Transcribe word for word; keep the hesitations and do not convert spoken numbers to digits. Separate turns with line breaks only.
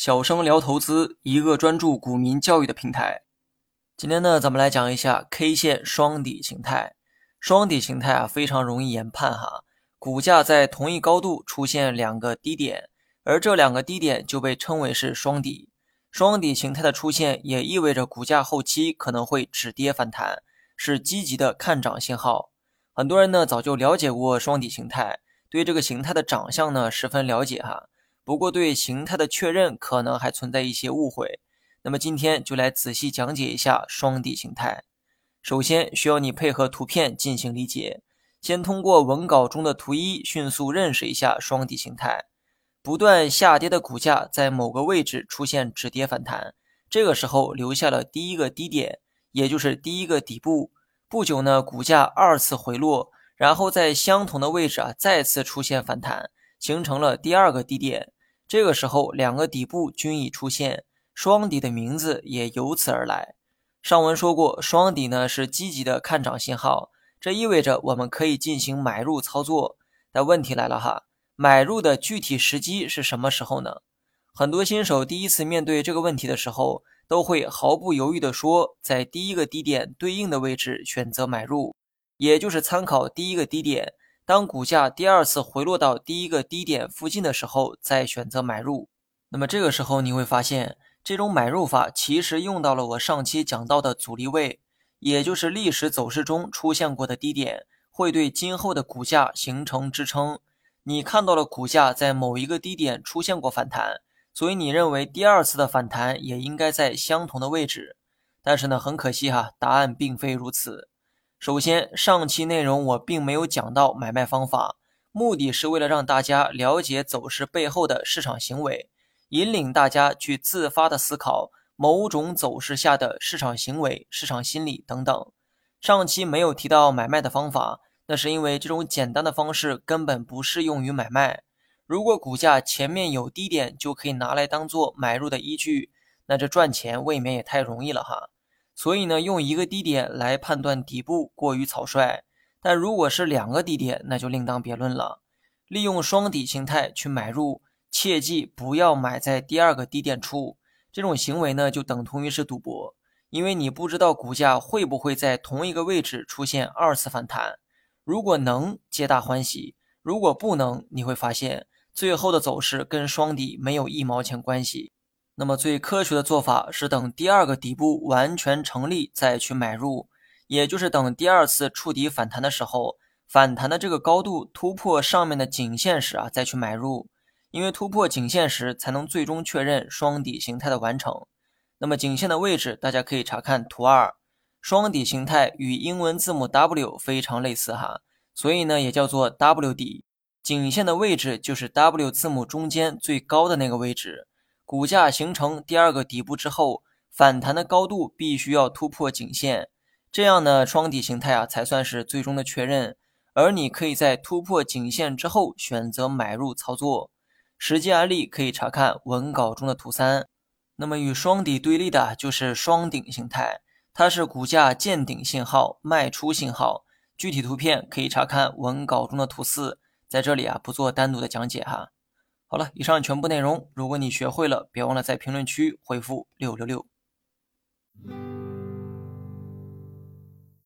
小生聊投资，一个专注股民教育的平台。今天呢，咱们来讲一下 K 线双底形态。双底形态啊，非常容易研判哈。股价在同一高度出现两个低点，而这两个低点就被称为是双底。双底形态的出现也意味着股价后期可能会止跌反弹，是积极的看涨信号。很多人呢早就了解过双底形态，对这个形态的长相呢十分了解哈。不过对形态的确认可能还存在一些误会，那么今天就来仔细讲解一下双底形态。首先需要你配合图片进行理解，先通过文稿中的图一迅速认识一下双底形态。不断下跌的股价在某个位置出现止跌反弹，这个时候留下了第一个低点，也就是第一个底部。不久呢，股价二次回落，然后在相同的位置啊再次出现反弹，形成了第二个低点。这个时候两个底部均已出现，双底的名字也由此而来。上文说过，双底呢是积极的看涨信号，这意味着我们可以进行买入操作。但问题来了哈，买入的具体时机是什么时候呢？很多新手第一次面对这个问题的时候，都会毫不犹豫地说，在第一个低点对应的位置选择买入，也就是参考第一个低点。当股价第二次回落到第一个低点附近的时候，再选择买入。那么这个时候你会发现，这种买入法其实用到了我上期讲到的阻力位，也就是历史走势中出现过的低点，会对今后的股价形成支撑。你看到了股价在某一个低点出现过反弹，所以你认为第二次的反弹也应该在相同的位置。但是呢，很可惜哈，答案并非如此。首先，上期内容我并没有讲到买卖方法，目的是为了让大家了解走势背后的市场行为，引领大家去自发的思考某种走势下的市场行为、市场心理等等。上期没有提到买卖的方法，那是因为这种简单的方式根本不适用于买卖。如果股价前面有低点就可以拿来当做买入的依据，那这赚钱未免也太容易了哈。所以呢，用一个低点来判断底部过于草率，但如果是两个低点，那就另当别论了。利用双底形态去买入，切记不要买在第二个低点处，这种行为呢就等同于是赌博，因为你不知道股价会不会在同一个位置出现二次反弹。如果能，皆大欢喜；如果不能，你会发现最后的走势跟双底没有一毛钱关系。那么最科学的做法是等第二个底部完全成立再去买入，也就是等第二次触底反弹的时候，反弹的这个高度突破上面的颈线时啊再去买入，因为突破颈线时才能最终确认双底形态的完成。那么颈线的位置大家可以查看图二，双底形态与英文字母 W 非常类似哈，所以呢也叫做 W 底，颈线的位置就是 W 字母中间最高的那个位置。股价形成第二个底部之后，反弹的高度必须要突破颈线，这样呢双底形态啊才算是最终的确认，而你可以在突破颈线之后选择买入操作。实际案例可以查看文稿中的图三。那么与双底对立的就是双顶形态，它是股价见顶信号、卖出信号，具体图片可以查看文稿中的图四，在这里啊不做单独的讲解哈。好了，以上全部内容，如果你学会了，别忘了在评论区回复六六六。